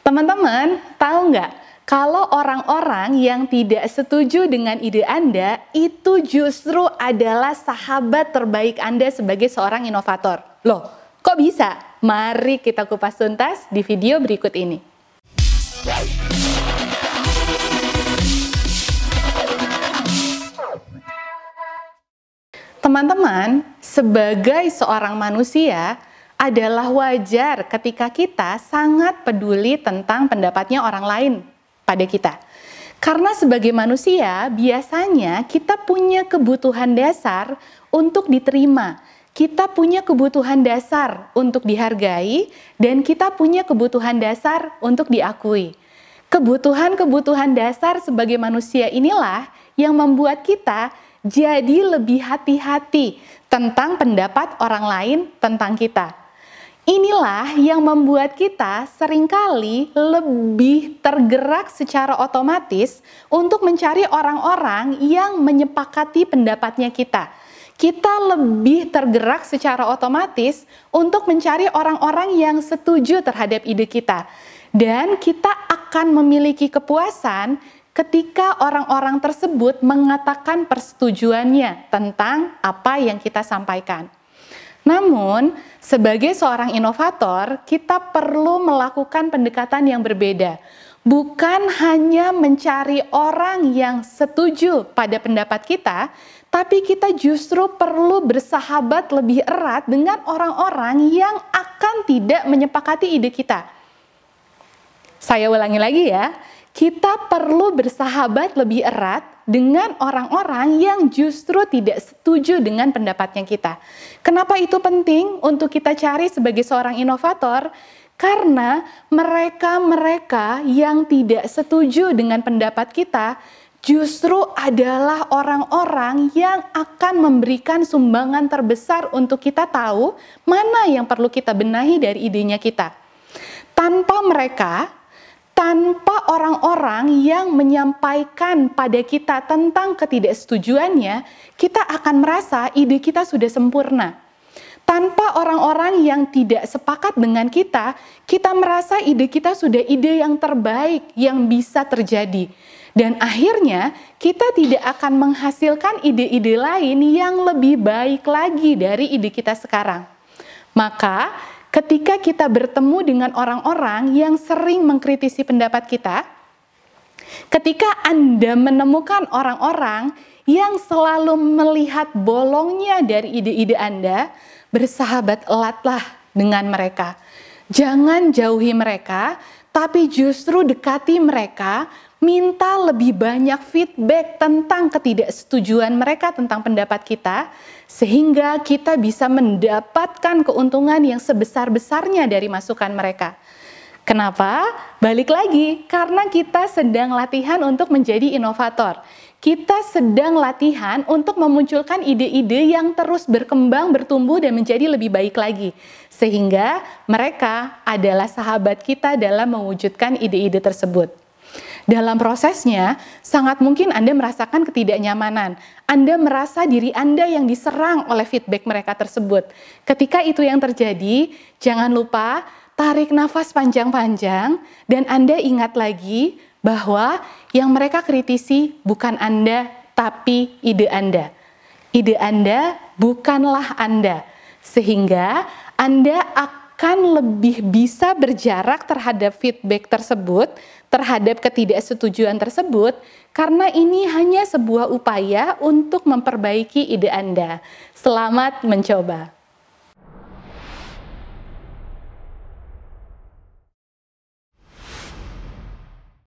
Teman-teman, tahu nggak? Kalau orang-orang yang tidak setuju dengan ide Anda, itu justru adalah sahabat terbaik Anda sebagai seorang inovator. Loh, kok bisa? Mari kita kupas tuntas di video berikut ini. Teman-teman, sebagai seorang manusia, adalah wajar ketika kita sangat peduli tentang pendapatnya orang lain pada kita. Karena sebagai manusia, biasanya kita punya kebutuhan dasar untuk diterima. Kita punya kebutuhan dasar untuk dihargai, dan kita punya kebutuhan dasar untuk diakui. Kebutuhan-kebutuhan dasar sebagai manusia inilah yang membuat kita jadi lebih hati-hati tentang pendapat orang lain tentang kita. Inilah yang membuat kita seringkali lebih tergerak secara otomatis untuk mencari orang-orang yang menyepakati pendapatnya kita. Kita lebih tergerak secara otomatis untuk mencari orang-orang yang setuju terhadap ide kita. Dan kita akan memiliki kepuasan ketika orang-orang tersebut mengatakan persetujuannya tentang apa yang kita sampaikan. Namun, sebagai seorang inovator, kita perlu melakukan pendekatan yang berbeda. Bukan hanya mencari orang yang setuju pada pendapat kita, tapi kita justru perlu bersahabat lebih erat dengan orang-orang yang akan tidak menyepakati ide kita. Saya ulangi lagi ya. Kita perlu bersahabat lebih erat dengan orang-orang yang justru tidak setuju dengan pendapatnya kita. Kenapa itu penting untuk kita cari sebagai seorang inovator? Karena mereka-mereka yang tidak setuju dengan pendapat kita justru adalah orang-orang yang akan memberikan sumbangan terbesar untuk kita tahu mana yang perlu kita benahi dari idenya kita. Tanpa orang-orang yang menyampaikan pada kita tentang ketidaksetujuannya, kita akan merasa ide kita sudah sempurna. Tanpa orang-orang yang tidak sepakat dengan kita merasa ide kita sudah ide yang terbaik yang bisa terjadi. Dan akhirnya kita tidak akan menghasilkan ide-ide lain yang lebih baik lagi dari ide kita sekarang. Maka, ketika kita bertemu dengan orang-orang yang sering mengkritisi pendapat kita, ketika Anda menemukan orang-orang yang selalu melihat bolongnya dari ide-ide Anda, bersahabat eratlah dengan mereka. Jangan jauhi mereka, tapi justru dekati mereka, minta lebih banyak feedback tentang ketidaksetujuan mereka tentang pendapat kita, sehingga kita bisa mendapatkan keuntungan yang sebesar-besarnya dari masukan mereka. Kenapa? Balik lagi, karena kita sedang latihan untuk menjadi inovator. Kita sedang latihan untuk memunculkan ide-ide yang terus berkembang, bertumbuh, dan menjadi lebih baik lagi. Sehingga mereka adalah sahabat kita dalam mewujudkan ide-ide tersebut. Dalam prosesnya, sangat mungkin Anda merasakan ketidaknyamanan. Anda merasa diri Anda yang diserang oleh feedback mereka tersebut. Ketika itu yang terjadi, jangan lupa tarik nafas panjang-panjang dan Anda ingat lagi bahwa yang mereka kritisi bukan Anda, tapi ide Anda. Ide Anda bukanlah Anda. Sehingga Anda akan lebih bisa berjarak terhadap feedback tersebut, terhadap ketidaksetujuan tersebut, karena ini hanya sebuah upaya untuk memperbaiki ide Anda. Selamat mencoba.